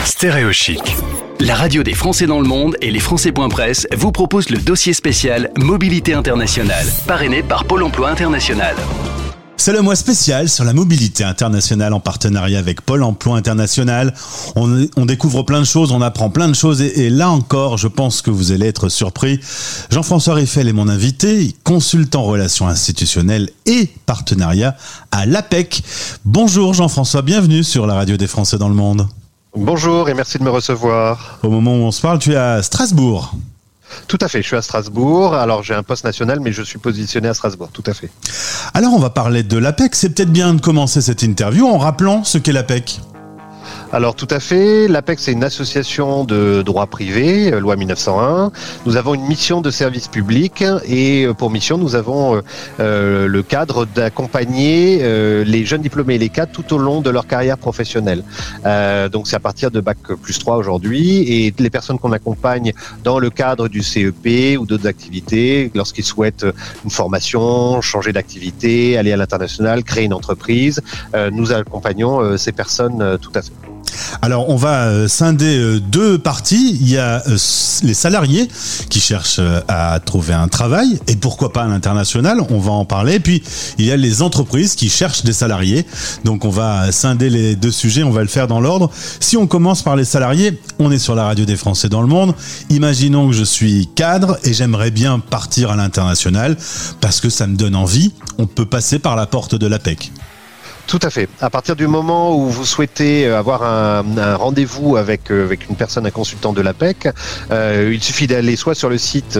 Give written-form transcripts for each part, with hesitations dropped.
Stéréochic. La radio des Français dans le monde et les Français.press vous propose le dossier spécial Mobilité internationale, parrainé par Pôle emploi international. C'est le mois spécial sur la mobilité internationale en partenariat avec Pôle emploi international. On découvre plein de choses, on apprend plein de choses et là encore, je pense que vous allez être surpris. Jean-François Riffel est mon invité, consultant relations institutionnelles et partenariat à l'APEC. Bonjour Jean-François, bienvenue sur la radio des Français dans le monde. Bonjour et merci de me recevoir. Au moment où on se parle, tu es à Strasbourg. Tout à fait, je suis à Strasbourg. Alors j'ai un poste national, mais je suis positionné à Strasbourg, tout à fait. Alors on va parler de l'APEC. C'est peut-être bien de commencer cette interview en rappelant ce qu'est l'APEC. Alors tout à fait, l'APEC c'est une association de droit privé, loi 1901. Nous avons une mission de service public et pour mission nous avons le cadre d'accompagner les jeunes diplômés et les cadres tout au long de leur carrière professionnelle. Donc c'est à partir de Bac+3 aujourd'hui et les personnes qu'on accompagne dans le cadre du CEP ou d'autres activités, lorsqu'ils souhaitent une formation, changer d'activité, aller à l'international, créer une entreprise, nous accompagnons ces personnes tout à fait. Alors on va scinder deux parties. Il y a les salariés qui cherchent à trouver un travail et pourquoi pas à l'international, on va en parler. Puis il y a les entreprises qui cherchent des salariés. Donc on va scinder les deux sujets, on va le faire dans l'ordre. Si on commence par les salariés, on est sur la radio des Français dans le monde. Imaginons que je suis cadre et j'aimerais bien partir à l'international parce que ça me donne envie. On peut passer par la porte de l'APEC. Tout à fait. À partir du moment où vous souhaitez avoir un rendez-vous avec une personne, un consultant de l'APEC, il suffit d'aller soit sur le site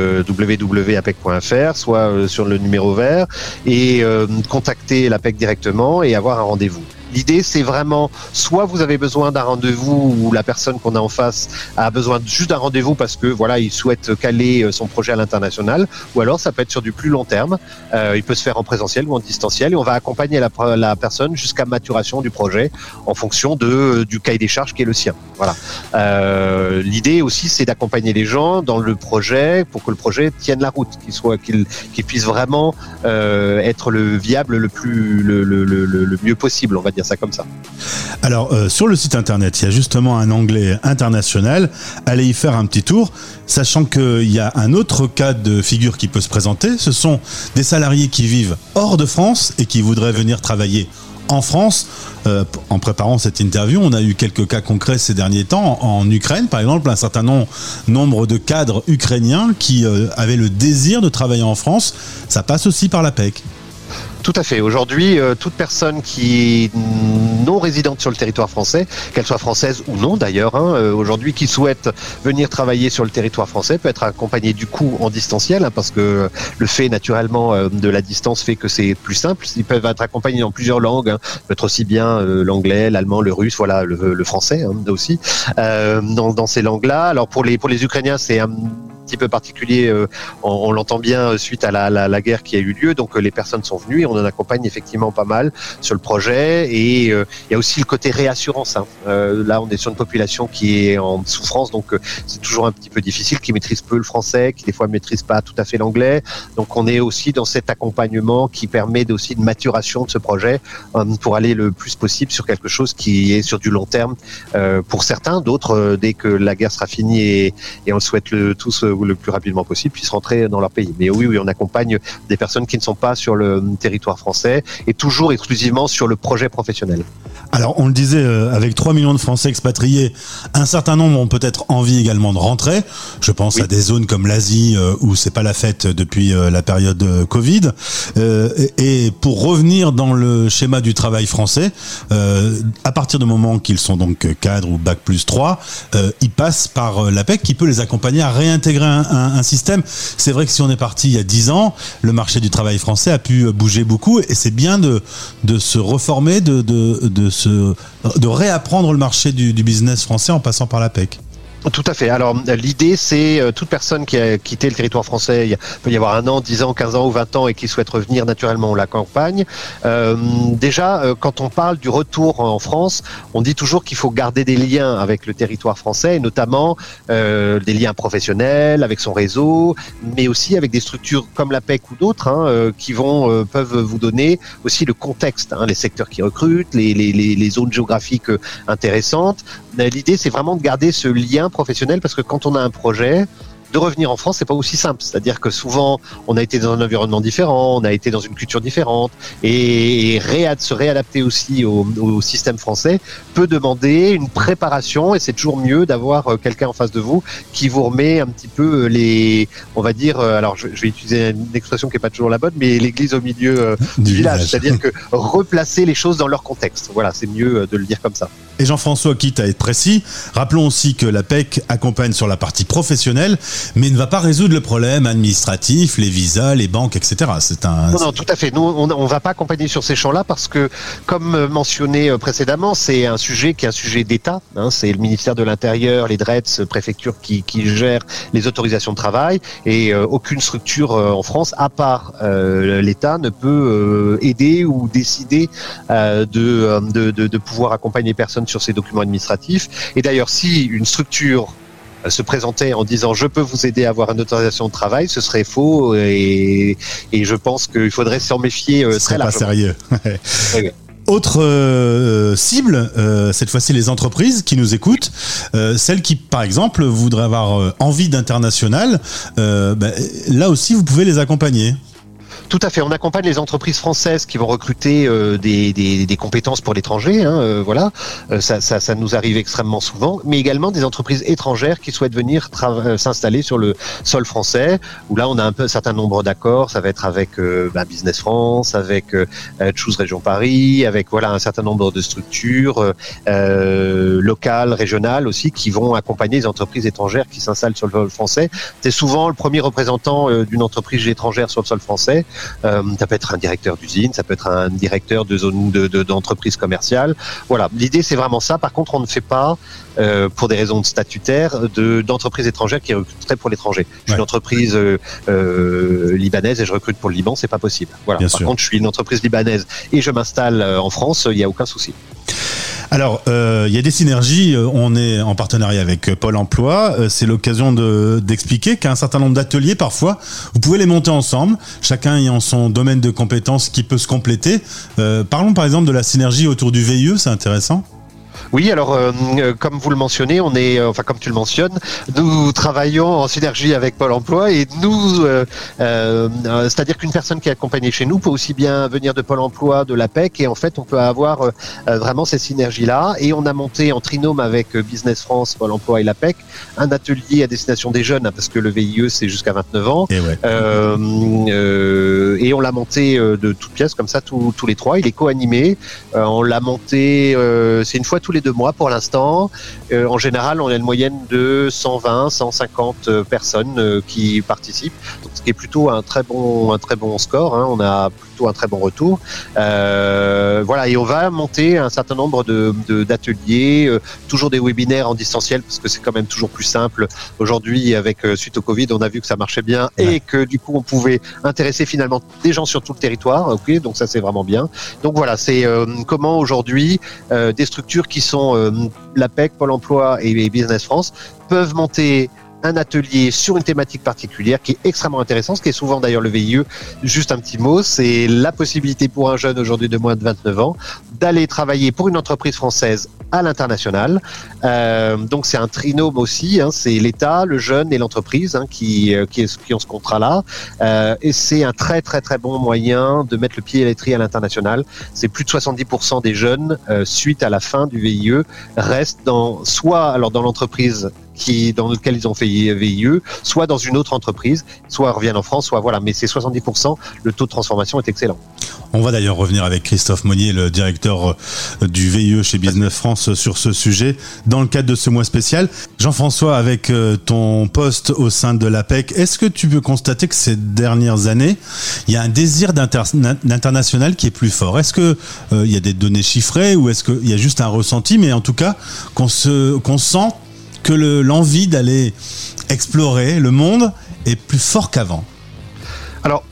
www.apec.fr, soit sur le numéro vert et contacter l'APEC directement et avoir un rendez-vous. L'idée, c'est vraiment, soit vous avez besoin d'un rendez-vous ou la personne qu'on a en face a besoin juste d'un rendez-vous parce que voilà, il souhaite caler son projet à l'international, ou alors ça peut être sur du plus long terme. Il peut se faire en présentiel ou en distanciel et on va accompagner la personne jusqu'à maturation du projet en fonction du cahier des charges qui est le sien. Voilà. L'idée aussi, c'est d'accompagner les gens dans le projet pour que le projet tienne la route, qu'il puisse vraiment être le viable le mieux possible, on va dire ça comme ça. Alors sur le site internet, il y a justement un onglet international. Allez y faire un petit tour, sachant qu'il y a un autre cas de figure qui peut se présenter. Ce sont des salariés qui vivent hors de France et qui voudraient venir travailler en France. En préparant cette interview, on a eu quelques cas concrets ces derniers temps. En Ukraine, par exemple, un certain nombre de cadres ukrainiens qui avaient le désir de travailler en France. Ça passe aussi par l'APEC. Tout à fait. Aujourd'hui, toute personne qui est non résidente sur le territoire français, qu'elle soit française ou non d'ailleurs, aujourd'hui qui souhaite venir travailler sur le territoire français peut être accompagnée du coup en distanciel, parce que le fait naturellement de la distance fait que c'est plus simple. Ils peuvent être accompagnés dans plusieurs langues, peut-être aussi bien l'anglais, l'allemand, le russe, voilà, le français aussi, dans ces langues-là. Alors pour les Ukrainiens, c'est un petit peu particulier, on l'entend bien suite à la guerre qui a eu lieu, donc les personnes sont venues et on en accompagne effectivement pas mal sur le projet et il y a aussi le côté réassurance. Là on est sur une population qui est en souffrance, donc c'est toujours un petit peu difficile, qui maîtrise peu le français, qui des fois ne maîtrise pas tout à fait l'anglais, donc on est aussi dans cet accompagnement qui permet aussi une maturation de ce projet pour aller le plus possible sur quelque chose qui est sur du long terme pour certains, d'autres dès que la guerre sera finie et on le souhaite tous le plus rapidement possible, puissent rentrer dans leur pays. Mais oui, on accompagne des personnes qui ne sont pas sur le territoire français et toujours exclusivement sur le projet professionnel. Alors, on le disait, avec 3 millions de Français expatriés, un certain nombre ont peut-être envie également de rentrer. Je pense à des zones comme l'Asie où c'est pas la fête depuis la période Covid. Et pour revenir dans le schéma du travail français, à partir du moment qu'ils sont donc cadres ou Bac+3, ils passent par l'APEC qui peut les accompagner à réintégrer un système. C'est vrai que si on est parti il y a 10 ans, le marché du travail français a pu bouger beaucoup et c'est bien de se reformer, de réapprendre le marché du business français en passant par l'APEC. Tout à fait. Alors l'idée, c'est toute personne qui a quitté le territoire français, il peut y avoir 1 an, 10 ans, 15 ans ou 20 ans et qui souhaite revenir, naturellement on l'accompagne. Déjà, quand on parle du retour en France, on dit toujours qu'il faut garder des liens avec le territoire français, et notamment des liens professionnels, avec son réseau, mais aussi avec des structures comme l'APEC ou d'autres qui peuvent vous donner aussi le contexte, les secteurs qui recrutent, les zones géographiques intéressantes. L'idée, c'est vraiment de garder ce lien professionnel, parce que quand on a un projet, de revenir en France, c'est pas aussi simple. C'est-à-dire que souvent, on a été dans un environnement différent, on a été dans une culture différente, et se réadapter aussi au système français peut demander une préparation, et c'est toujours mieux d'avoir quelqu'un en face de vous qui vous remet un petit peu on va dire, alors je vais utiliser une expression qui est pas toujours la bonne, mais l'église au milieu du village. C'est-à-dire que replacer les choses dans leur contexte. Voilà, c'est mieux de le dire comme ça. Et Jean-François, quitte à être précis, rappelons aussi que l'APEC accompagne sur la partie professionnelle, mais ne va pas résoudre le problème administratif, les visas, les banques, etc. Non, tout à fait. Nous, on va pas accompagner sur ces champs-là, parce que, comme mentionné précédemment, c'est un sujet qui est un sujet d'État. C'est le ministère de l'Intérieur, les DRETS, préfectures qui gèrent les autorisations de travail, et aucune structure en France, à part l'État, ne peut aider ou décider de pouvoir accompagner personnes sur ces documents administratifs. Et d'ailleurs, si une structure se présentait en disant je peux vous aider à avoir une autorisation de travail, ce serait faux, et je pense qu'il faudrait s'en méfier très largement. Pas sérieux. Oui. Autre cible, cette fois-ci les entreprises qui nous écoutent, celles qui par exemple voudraient avoir envie d'international, là aussi vous pouvez les accompagner. Tout à fait. On accompagne les entreprises françaises qui vont recruter des compétences pour l'étranger. Voilà, ça nous arrive extrêmement souvent. Mais également des entreprises étrangères qui souhaitent venir s'installer sur le sol français. Où là, on a un certain nombre d'accords. Ça va être avec Business France, avec Choose Région Paris, avec un certain nombre de structures locales, régionales aussi, qui vont accompagner les entreprises étrangères qui s'installent sur le sol français. C'est souvent le premier représentant d'une entreprise étrangère sur le sol français. Ça peut être un directeur d'usine, ça peut être un directeur de zone d'entreprise commerciale. Voilà, l'idée c'est vraiment ça. Par contre, on ne fait pas, pour des raisons statutaires, d'entreprises étrangères qui recruteraient pour l'étranger. Je suis une entreprise libanaise et je recrute pour le Liban, c'est pas possible. Voilà. Par contre, je suis une entreprise libanaise et je m'installe en France, il n'y a aucun souci. Alors, il y a des synergies. On est en partenariat avec Pôle Emploi. C'est l'occasion d'expliquer qu'un certain nombre d'ateliers, parfois, vous pouvez les monter ensemble, chacun ayant son domaine de compétences qui peut se compléter. Parlons par exemple de la synergie autour du VIE, c'est intéressant. Oui, alors comme vous le mentionnez, comme tu le mentionnes, nous travaillons en synergie avec Pôle Emploi, et nous, c'est-à-dire qu'une personne qui est accompagnée chez nous peut aussi bien venir de Pôle Emploi, de l'APEC, et en fait on peut avoir vraiment ces synergies-là. Et on a monté en trinôme avec Business France, Pôle Emploi et l'APEC un atelier à destination des jeunes, parce que le VIE c'est jusqu'à 29 ans, et on l'a monté de toutes pièces comme ça, tous les trois. Il est co-animé. On l'a monté, c'est une fois tous les 2 mois pour l'instant. En général, on a une moyenne de 120, 150 personnes qui participent, donc, ce qui est plutôt un très bon score. On a plutôt un très bon retour. Voilà, et on va monter un certain nombre d'ateliers, toujours des webinaires en distanciel, parce que c'est quand même toujours plus simple. Aujourd'hui, suite au Covid, on a vu que ça marchait bien et que du coup, on pouvait intéresser finalement des gens sur tout le territoire. Ok, donc ça c'est vraiment bien. Donc voilà, c'est comment aujourd'hui des structures qui sont l'APEC, Pôle Emploi et Business France peuvent monter un atelier sur une thématique particulière qui est extrêmement intéressant, ce qui est souvent d'ailleurs le VIE. Juste un petit mot, c'est la possibilité pour un jeune aujourd'hui de moins de 29 ans d'aller travailler pour une entreprise française à l'international. Donc c'est un trinôme aussi, c'est l'État, le jeune et l'entreprise qui ont ce contrat-là. Et c'est un très très très bon moyen de mettre le pied à l'étrier à l'international. C'est plus de 70% des jeunes, suite à la fin du VIE, restent soit dans l'entreprise dans lequel ils ont fait VIE, soit dans une autre entreprise, soit reviennent en France, soit voilà. Mais c'est 70%, le taux de transformation est excellent. On va d'ailleurs revenir avec Christophe Monnier, le directeur du VIE chez Business France, sur ce sujet dans le cadre de ce mois spécial. Jean-François, avec ton poste au sein de l'APEC, est-ce que tu peux constater que ces dernières années, il y a un désir d'international qui est plus fort? Est-ce que il y a des données chiffrées, ou est-ce qu'il y a juste un ressenti, mais en tout cas qu'on sent que l'envie d'aller explorer le monde est plus fort qu'avant? Alors,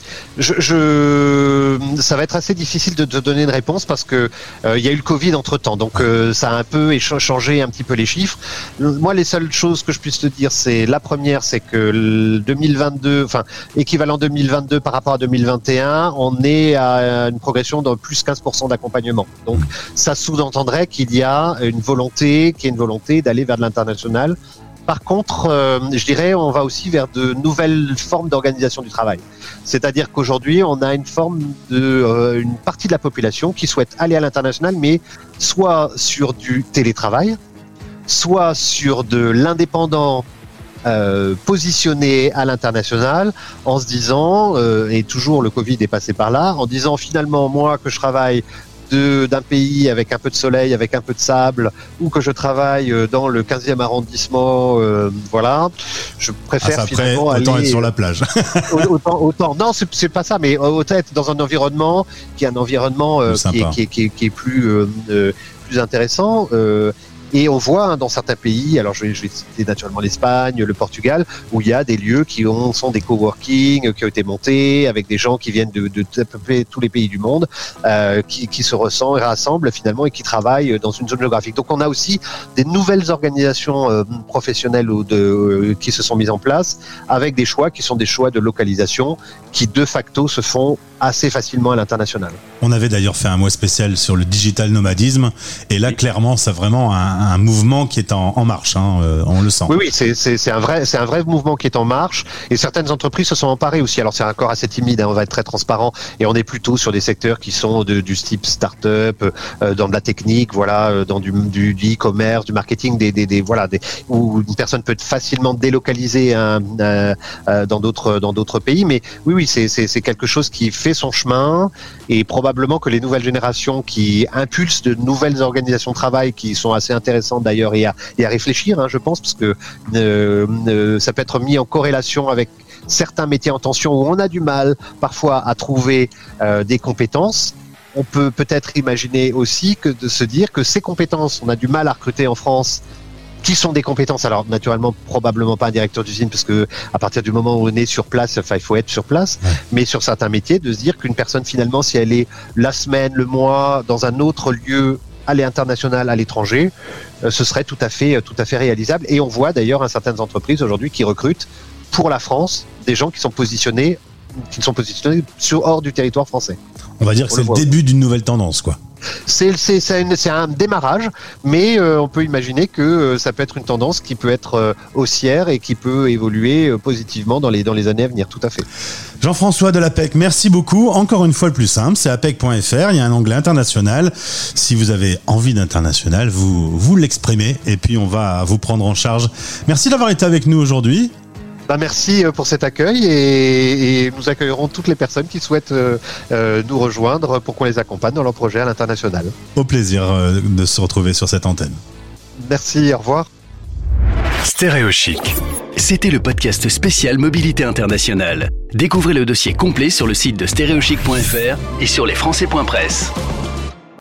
ça va être assez difficile de te donner une réponse parce que il y a eu le Covid entre-temps, donc ça a un peu changé un petit peu les chiffres. Moi, les seules choses que je puisse te dire, c'est la première, c'est que 2022, enfin équivalent 2022 par rapport à 2021, on est à une progression de plus 15% d'accompagnement. Donc, ça sous-entendrait qu'il y a une volonté, d'aller vers de l'international. Par contre, je dirais, on va aussi vers de nouvelles formes d'organisation du travail. C'est-à-dire qu'aujourd'hui, on a une partie de la population qui souhaite aller à l'international, mais soit sur du télétravail, soit sur de l'indépendant positionné à l'international, en se disant, et toujours le Covid est passé par là, en disant finalement, moi que je travaille d'un pays avec un peu de soleil, avec un peu de sable, ou que je travaille dans le 15e arrondissement, voilà, je préfère finalement autant aller être sur la plage. autant, non, c'est pas ça, mais autant être dans un environnement qui est un environnement qui est plus intéressant. Et on voit dans certains pays, alors je vais citer naturellement l'Espagne, le Portugal, où il y a des lieux qui sont des coworking, qui ont été montés avec des gens qui viennent de à peu près tous les pays du monde, qui se rassemblent finalement et qui travaillent dans une zone géographique. Donc on a aussi des nouvelles organisations professionnelles qui se sont mises en place avec des choix qui sont des choix de localisation qui de facto se font assez facilement à l'international. On avait d'ailleurs fait un mois spécial sur le digital nomadisme et là clairement c'est vraiment un mouvement qui est en marche, hein, on le sent. Oui, c'est un vrai mouvement qui est en marche et certaines entreprises se sont emparées aussi. Alors c'est encore assez timide, hein, on va être très transparent et on est plutôt sur des secteurs qui sont du type start-up, dans de la technique, voilà, dans du e-commerce, du marketing, où une personne peut être facilement délocalisée dans d'autres pays. Mais oui, c'est quelque chose qui fait son chemin et probablement que les nouvelles générations qui impulsent de nouvelles organisations de travail qui sont assez intéressantes d'ailleurs et à réfléchir, hein, je pense, parce que ça peut être mis en corrélation avec certains métiers en tension où on a du mal parfois à trouver des compétences. On peut peut-être imaginer aussi que de se dire que ces compétences, on a du mal à recruter en France, qui sont des compétences, alors naturellement probablement pas un directeur d'usine parce que à partir du moment où on est sur place, enfin il faut être sur place, mais sur certains métiers, de se dire qu'une personne finalement, si elle est la semaine, le mois, dans un autre lieu à l'international, à l'étranger, ce serait tout à fait réalisable. Et on voit d'ailleurs certaines entreprises aujourd'hui qui recrutent pour la France des gens qui sont positionnés hors du territoire français. On va dire que c'est le début d'une nouvelle tendance, quoi. C'est un démarrage, mais on peut imaginer que ça peut être une tendance qui peut être haussière et qui peut évoluer positivement dans les années à venir, tout à fait. Jean-François de l'APEC, merci beaucoup. Encore une fois, le plus simple, c'est apec.fr, il y a un onglet international. Si vous avez envie d'international, vous l'exprimez et puis on va vous prendre en charge. Merci d'avoir été avec nous aujourd'hui. Merci pour cet accueil et nous accueillerons toutes les personnes qui souhaitent nous rejoindre pour qu'on les accompagne dans leur projet à l'international. Au plaisir de se retrouver sur cette antenne. Merci, au revoir. Stéréo Chic. C'était le podcast spécial Mobilité Internationale. Découvrez le dossier complet sur le site de stéréochic.fr et sur lesfrançais.press.